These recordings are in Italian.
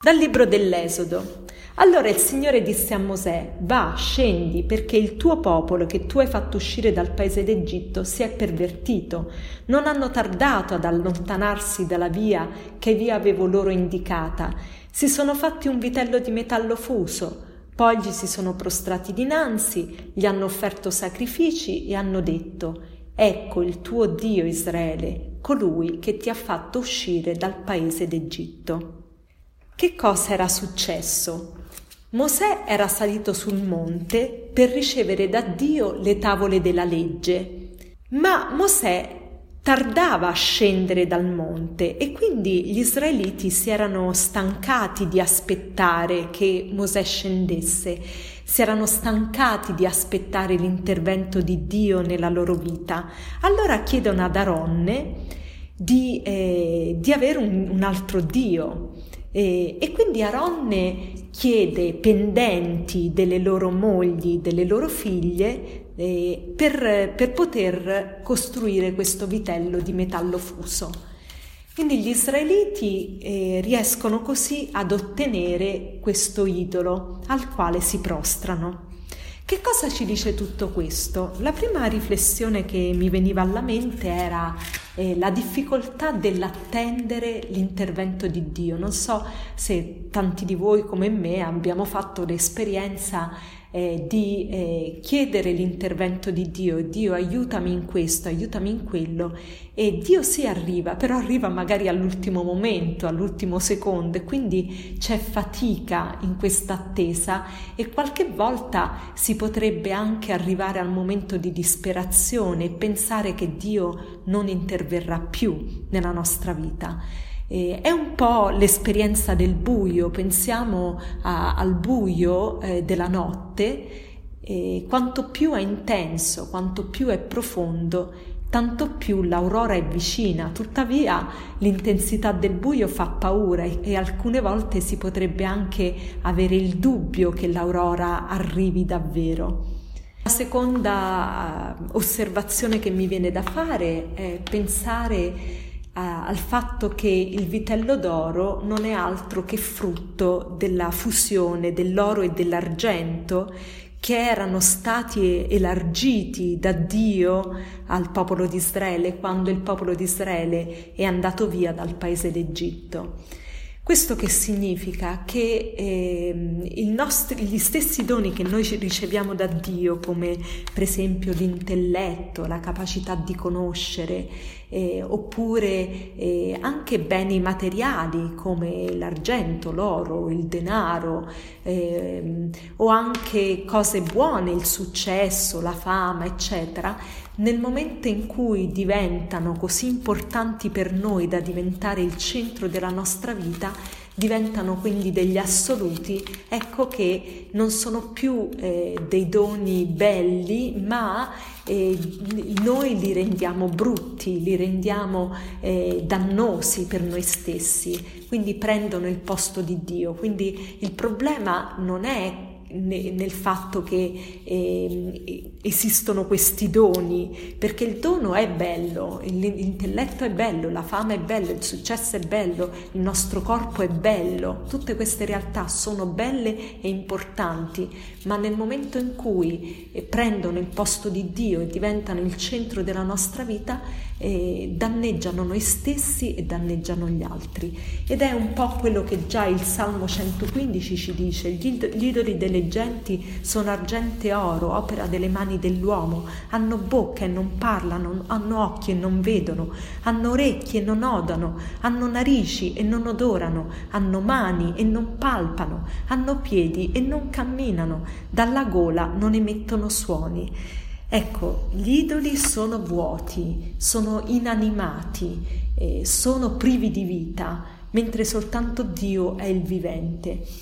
Dal libro dell'Esodo. Allora il Signore disse a Mosè: va, scendi, perché il tuo popolo che tu hai fatto uscire dal paese d'Egitto si è pervertito. Non hanno tardato ad allontanarsi dalla via che io avevo loro indicata. Si sono fatti un vitello di metallo fuso, poi gli si sono prostrati dinanzi, gli hanno offerto sacrifici e hanno detto: ecco il tuo Dio Israele, colui che ti ha fatto uscire dal paese d'Egitto. Che cosa era successo? Mosè era salito sul monte per ricevere da Dio le tavole della legge, ma Mosè tardava a scendere dal monte e quindi gli israeliti si erano stancati di aspettare che Mosè scendesse, si erano stancati di aspettare l'intervento di Dio nella loro vita. Allora chiedono ad Aronne di avere un altro Dio. E quindi Aronne chiede pendenti delle loro mogli, delle loro figlie, per poter costruire questo vitello di metallo fuso. Quindi gli israeliti riescono così ad ottenere questo idolo al quale si prostrano. Che cosa ci dice tutto questo? La prima riflessione che mi veniva alla mente era la difficoltà dell'attendere l'intervento di Dio. Non so se tanti di voi come me abbiamo fatto l'esperienza di chiedere l'intervento di Dio. Dio, aiutami in questo, aiutami in quello, e Dio sì arriva, però arriva magari all'ultimo momento, all'ultimo secondo, e quindi c'è fatica in questa attesa e qualche volta si potrebbe anche arrivare al momento di disperazione e pensare che Dio non interverrà più nella nostra vita. È un po' l'esperienza del buio. Pensiamo al buio della notte, quanto più è intenso, quanto più è profondo, tanto più l'aurora è vicina. Tuttavia l'intensità del buio fa paura e alcune volte si potrebbe anche avere il dubbio che l'aurora arrivi davvero. La seconda osservazione che mi viene da fare è pensare al fatto che il vitello d'oro non è altro che frutto della fusione dell'oro e dell'argento che erano stati elargiti da Dio al popolo di Israele quando il popolo di Israele è andato via dal paese d'Egitto. Questo che significa? Che gli stessi doni che noi riceviamo da Dio, come per esempio l'intelletto, la capacità di conoscere, oppure anche beni materiali come l'argento, l'oro, il denaro, o anche cose buone, il successo, la fama, eccetera, nel momento in cui diventano così importanti per noi da diventare il centro della nostra vita, diventano quindi degli assoluti, ecco che non sono più dei doni belli, ma noi li rendiamo brutti, li rendiamo dannosi per noi stessi, quindi prendono il posto di Dio. Quindi il problema non è nel fatto che esistono questi doni, perché il dono è bello, l'intelletto è bello, la fama è bella, il successo è bello, il nostro corpo è bello, tutte queste realtà sono belle e importanti, ma nel momento in cui prendono il posto di Dio e diventano il centro della nostra vita, danneggiano noi stessi e danneggiano gli altri. Ed è un po' quello che già il Salmo 115 ci dice: gli idoli delle genti sono argento e oro, opera delle mani dell'uomo, hanno bocca e non parlano, hanno occhi e non vedono, hanno orecchie e non odano, hanno narici e non odorano, hanno mani e non palpano, hanno piedi e non camminano, dalla gola non emettono suoni. Ecco, gli idoli sono vuoti, sono inanimati, sono privi di vita, mentre soltanto Dio è il vivente.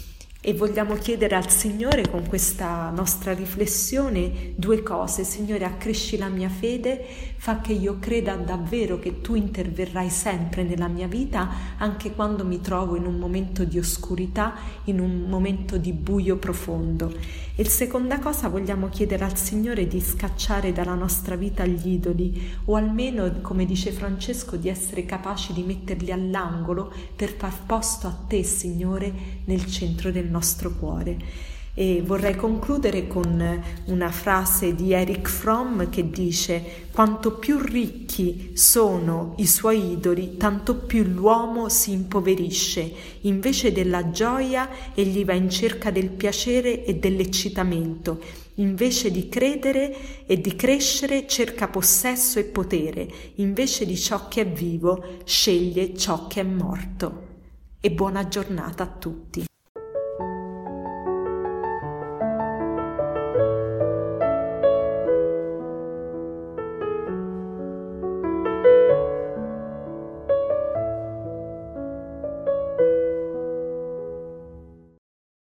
E vogliamo chiedere al Signore con questa nostra riflessione 2 cose. Signore, accresci la mia fede, fa che io creda davvero che Tu interverrai sempre nella mia vita, anche quando mi trovo in un momento di oscurità, in un momento di buio profondo. E seconda cosa, vogliamo chiedere al Signore di scacciare dalla nostra vita gli idoli, o almeno, come dice Francesco, di essere capaci di metterli all'angolo per far posto a Te, Signore, nel centro del nostro cuore. E vorrei concludere con una frase di Erich Fromm che dice: quanto più ricchi sono i suoi idoli, tanto più l'uomo si impoverisce. Invece della gioia, egli va in cerca del piacere e dell'eccitamento. Invece di credere e di crescere, cerca possesso e potere. Invece di ciò che è vivo, sceglie ciò che è morto. E buona giornata a tutti.